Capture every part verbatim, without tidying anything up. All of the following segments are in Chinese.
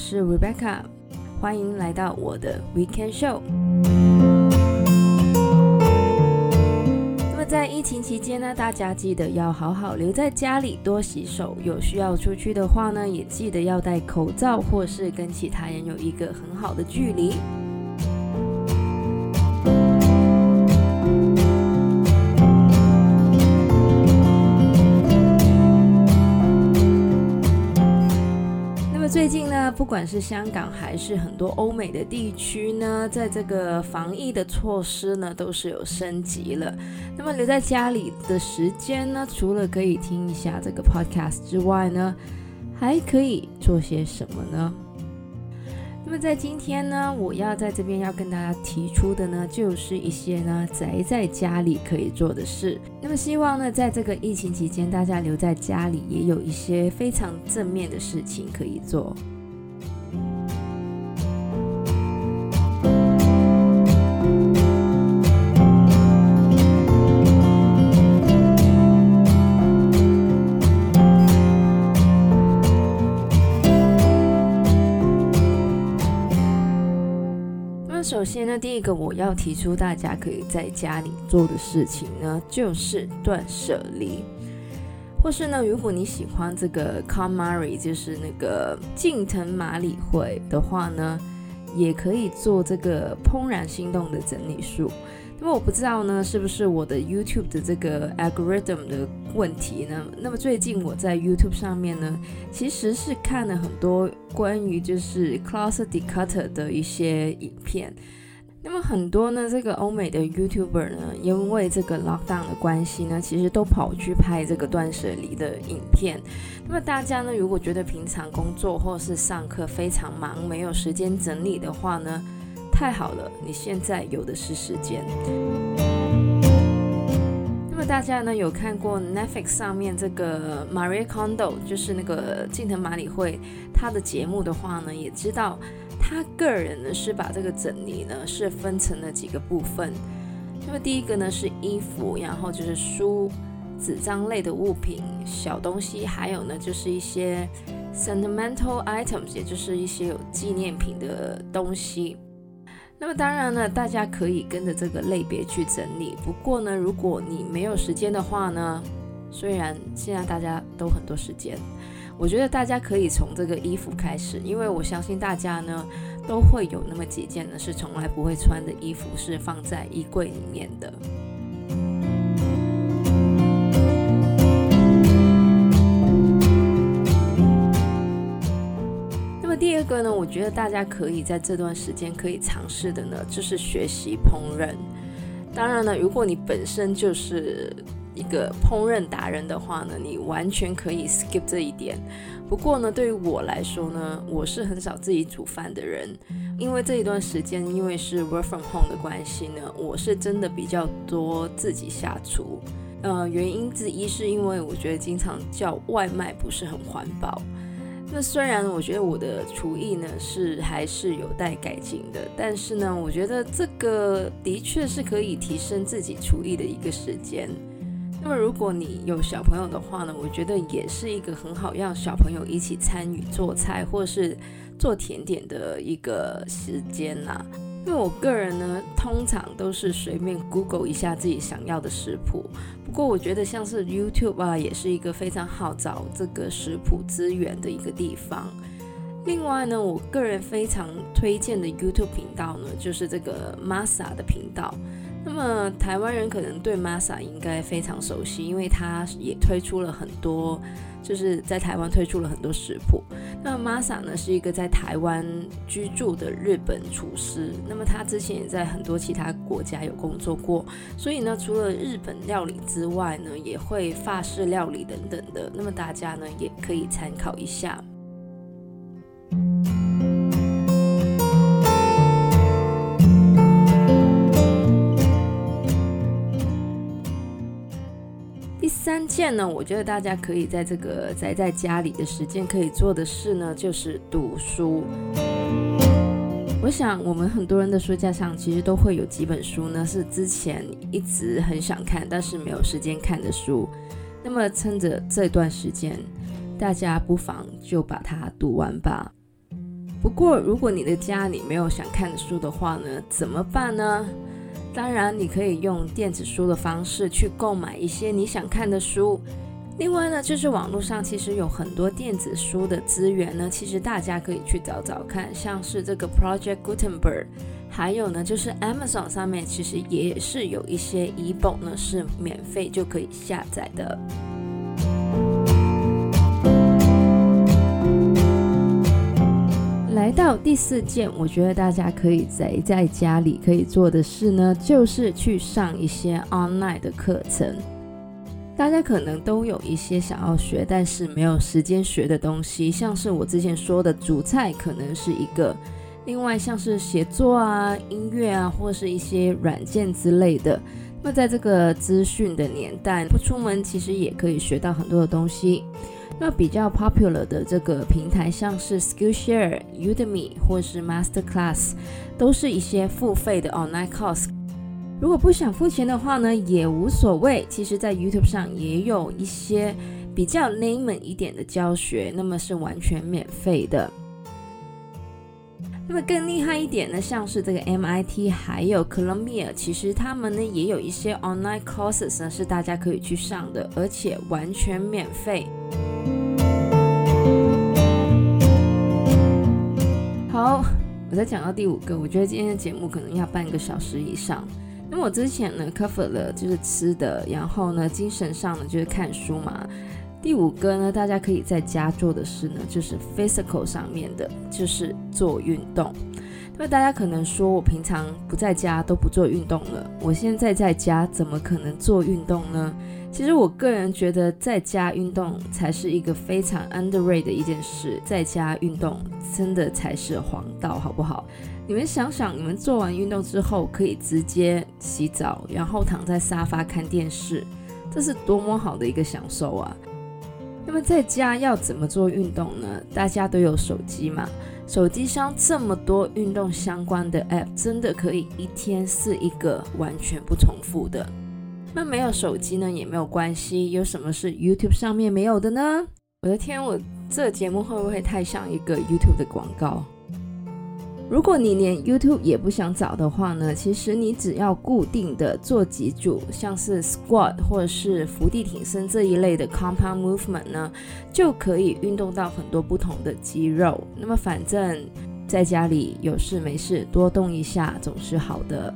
是 Rebecca， 欢迎来到我的 Weekend Show。 那么在疫情期间呢，大家记得要好好留在家里多洗手，有需要出去的话呢，也记得要戴口罩或是跟其他人有一个很好的距离。最近呢，不管是香港还是很多欧美的地区呢，在这个防疫的措施呢，都是有升级了。那么留在家里的时间呢，除了可以听一下这个 podcast 之外呢，还可以做些什么呢？那么在今天呢，我要在这边要跟大家提出的呢，就是一些呢宅在家里可以做的事。那么希望呢，在这个疫情期间，大家留在家里也有一些非常正面的事情可以做。首先呢，第一个我要提出大家可以在家里做的事情呢，就是断舍离。或是呢，如果你喜欢这个 KonMari， 就是那个近藤麻里惠的话呢，也可以做这个怦然心动的整理术。那么我不知道呢，是不是我的 YouTube 的这个 algorithm 的问题呢？那么最近我在 YouTube 上面呢，其实是看了很多关于就是 closet declutter 的一些影片。那么很多呢，这个欧美的 YouTuber 呢，因为这个 lockdown 的关系呢，其实都跑去拍这个断舍离的影片。那么大家呢，如果觉得平常工作或是上课非常忙，没有时间整理的话呢，太好了，你现在有的是时间。那么大家呢有看过 Netflix 上面这个 Marie Kondo， 就是那个近藤麻里惠她的节目的话呢，也知道她个人呢是把这个整理呢是分成了几个部分。那么第一个呢是衣服，然后就是书、纸张类的物品、小东西，还有呢就是一些 sentimental items， 也就是一些有纪念品的东西。那么当然呢，大家可以跟着这个类别去整理。不过呢，如果你没有时间的话呢，虽然现在大家都很多时间，我觉得大家可以从这个衣服开始，因为我相信大家呢都会有那么几件呢是从来不会穿的衣服是放在衣柜里面的。第二个呢，我觉得大家可以在这段时间可以尝试的呢，就是学习烹饪。当然了，如果你本身就是一个烹饪达人的话呢，你完全可以 skip 这一点。不过呢，对于我来说呢，我是很少自己煮饭的人，因为这一段时间因为是 work from home 的关系呢，我是真的比较多自己下厨。呃，原因之一是因为我觉得经常叫外卖不是很环保。那虽然我觉得我的厨艺呢是还是有待改进的，但是呢，我觉得这个的确是可以提升自己厨艺的一个时间。那么如果你有小朋友的话呢，我觉得也是一个很好让小朋友一起参与做菜或是做甜点的一个时间啦。因为我个人呢，通常都是随便 Google 一下自己想要的食谱。不过我觉得像是 YouTube 啊，也是一个非常好找这个食谱资源的一个地方。另外呢，我个人非常推荐的 YouTube 频道呢，就是这个 Masa 的频道。那么台湾人可能对 Masa 应该非常熟悉，因为他也推出了很多，就是在台湾推出了很多食谱。那 Masa 呢是一个在台湾居住的日本厨师，那么他之前也在很多其他国家有工作过，所以呢除了日本料理之外呢，也会法式料理等等的，那么大家呢也可以参考一下。第三件呢，我觉得大家可以在这个宅在家里的时间可以做的事呢，就是读书。我想我们很多人的书架上其实都会有几本书呢，是之前一直很想看但是没有时间看的书。那么趁着这段时间，大家不妨就把它读完吧。 不过如果你的家里没有想看的书的话呢，怎么办呢？当然你可以用电子书的方式去购买一些你想看的书。另外呢，就是网络上其实有很多电子书的资源呢，其实大家可以去找找看，像是这个 Project Gutenberg， 还有呢就是 Amazon 上面其实也是有一些 ebook 呢是免费就可以下载的。来到第四件我觉得大家可以宅在家里可以做的事呢，就是去上一些 online 的课程。大家可能都有一些想要学但是没有时间学的东西，像是我之前说的煮菜可能是一个，另外像是写作啊、音乐啊，或是一些软件之类的。那么在这个资讯的年代，不出门其实也可以学到很多的东西。那比较 popular 的这个平台像是 Skillshare、Udemy 或是 Masterclass， 都是一些付费的 online course。如果不想付钱的话呢，也无所谓，其实在 YouTube 上也有一些比较 layman 一点的教学，那么是完全免费的。那么更厉害一点呢，像是这个 M I T 还有 Columbia， 其实他们呢也有一些 online courses 呢是大家可以去上的，而且完全免费。好，我再讲到第五个，我觉得今天的节目可能要半个小时以上。那么我之前呢 cover 了就是吃的，然后呢精神上呢就是看书嘛。第五个呢，大家可以在家做的事呢，就是 physical 上面的，就是做运动。那么大家可能说我平常不在家都不做运动了，我现在在家怎么可能做运动呢？其实我个人觉得在家运动才是一个非常 underrated 的一件事，在家运动真的才是王道，好不好？你们想想，你们做完运动之后可以直接洗澡，然后躺在沙发看电视，这是多么好的一个享受啊！那么在家要怎么做运动呢？大家都有手机嘛，手机上这么多运动相关的 app， 真的可以一天是一个完全不重复的。那没有手机呢也没有关系，有什么是 YouTube 上面没有的呢？我的天，我这节目会不会太像一个 YouTube 的广告？如果你连 YouTube 也不想找的话呢，其实你只要固定的做几组像是 squat 或者是伏地挺身这一类的 compound movement 呢，就可以运动到很多不同的肌肉。那么反正在家里有事没事多动一下总是好的。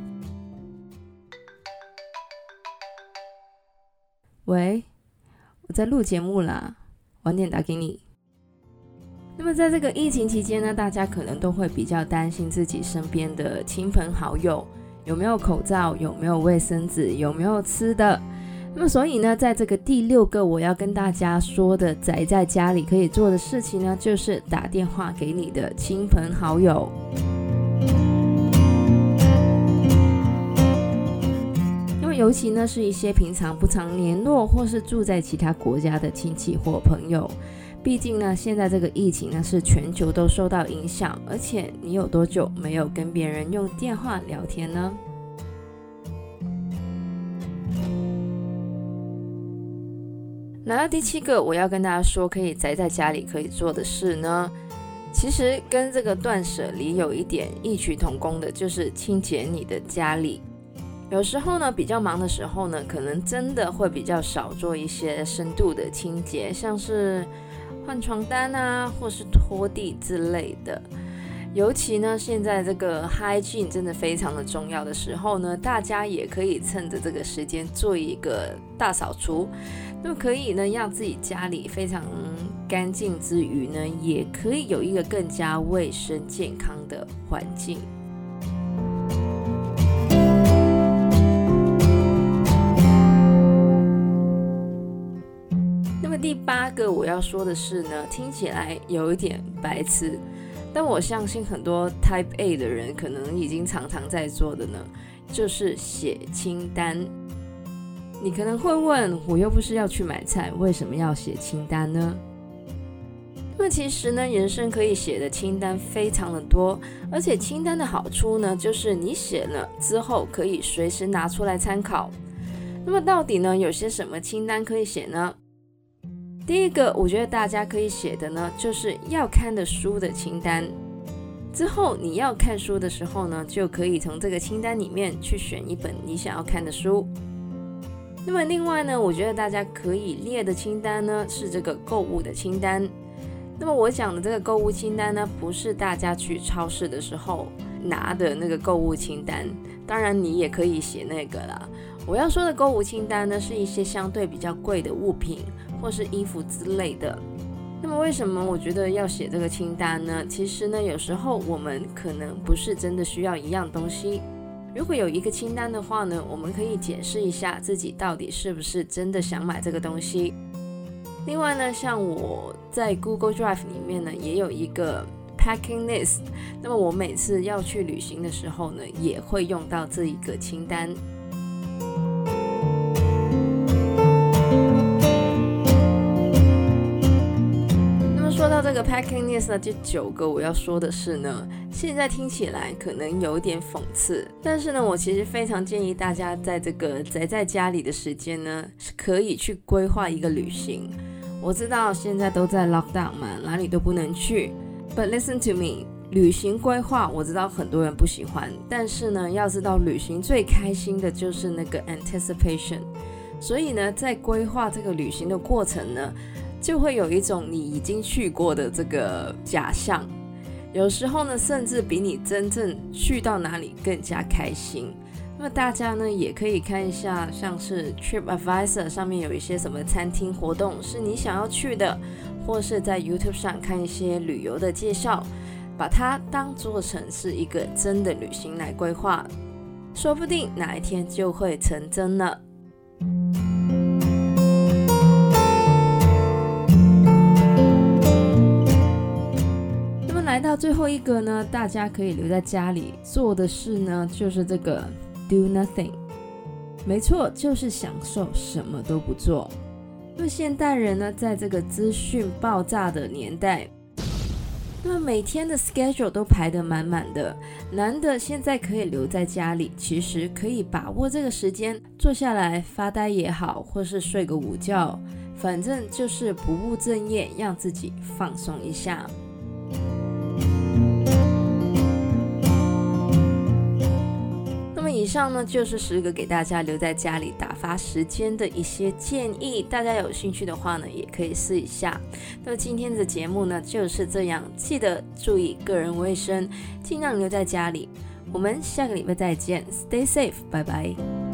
喂，我在录节目啦，晚点打给你。那么在这个疫情期间呢，大家可能都会比较担心自己身边的亲朋好友有没有口罩，有没有卫生纸，有没有吃的。那么所以呢，在这个第六个我要跟大家说的宅在家里可以做的事情呢，就是打电话给你的亲朋好友。因为尤其呢是一些平常不常联络或是住在其他国家的亲戚或朋友，毕竟呢现在这个疫情呢是全球都受到影响，而且你有多久没有跟别人用电话聊天呢？来到第七个我要跟大家说可以宅在家里可以做的事呢，其实跟这个断舍离有一点异曲同工的，就是清洁你的家里。有时候呢比较忙的时候呢，可能真的会比较少做一些深度的清洁，像是换床单啊或是拖地之类的。尤其呢现在这个 hygiene 真的非常的重要的时候呢，大家也可以趁着这个时间做一个大扫除，那么可以呢让自己家里非常干净之余呢，也可以有一个更加卫生健康的环境。那么第八个我要说的是呢，听起来有一点白痴，但我相信很多 Type A 的人可能已经常常在做的呢，就是写清单。你可能会问，我又不是要去买菜，为什么要写清单呢？那么其实呢，人生可以写的清单非常的多，而且清单的好处呢，就是你写了之后可以随时拿出来参考。那么到底呢，有些什么清单可以写呢？第一个我觉得大家可以写的呢，就是要看的书的清单。 之后你要看书的时候呢，就可以从这个清单里面去选一本你想要看的书。那么另外呢，我觉得大家可以列的清单呢，是这个购物的清单。那么我讲的这个购物清单呢，不是大家去超市的时候拿的那个购物清单，当然你也可以写那个啦。我要说的购物清单呢，是一些相对比较贵的物品或是衣服之类的。那么为什么我觉得要写这个清单呢？其实呢，有时候我们可能不是真的需要一样东西。如果有一个清单的话呢，我们可以检视一下自己到底是不是真的想买这个东西。另外呢，像我在 Google Drive 里面呢，也有一个 packing list。那么我每次要去旅行的时候呢，也会用到这一个清单。说到这个 packing list 呢，第九个我要说的是呢，现在听起来可能有点讽刺，但是呢，我其实非常建议大家在这个宅在家里的时间呢，是可以去规划一个旅行。我知道现在都在 lockdown 嘛，哪里都不能去 ，but listen to me， 旅行规划我知道很多人不喜欢，但是呢，要知道旅行最开心的就是那个 anticipation， 所以呢，在规划这个旅行的过程呢，就会有一种你已经去过的这个假象，有时候呢，甚至比你真正去到哪里更加开心。那么大家呢，也可以看一下，像是 TripAdvisor 上面有一些什么餐厅活动是你想要去的，或是在 YouTube 上看一些旅游的介绍，把它当作成是一个真的旅行来规划，说不定哪一天就会成真了。来到最后一个呢，大家可以留在家里做的事呢，就是这个 do nothing。 没错，就是享受什么都不做。因为现代人呢，在这个资讯爆炸的年代，那么每天的 schedule 都排得满满的，难得现在可以留在家里，其实可以把握这个时间，坐下来发呆也好，或是睡个午觉，反正就是不务正业，让自己放松一下。以上呢就是十个给大家留在家里打发时间的一些建议，大家有兴趣的话呢，也可以试一下。那么今天的节目呢就是这样，记得注意个人卫生，尽量留在家里。我们下个礼拜再见 ，Stay safe， 拜拜。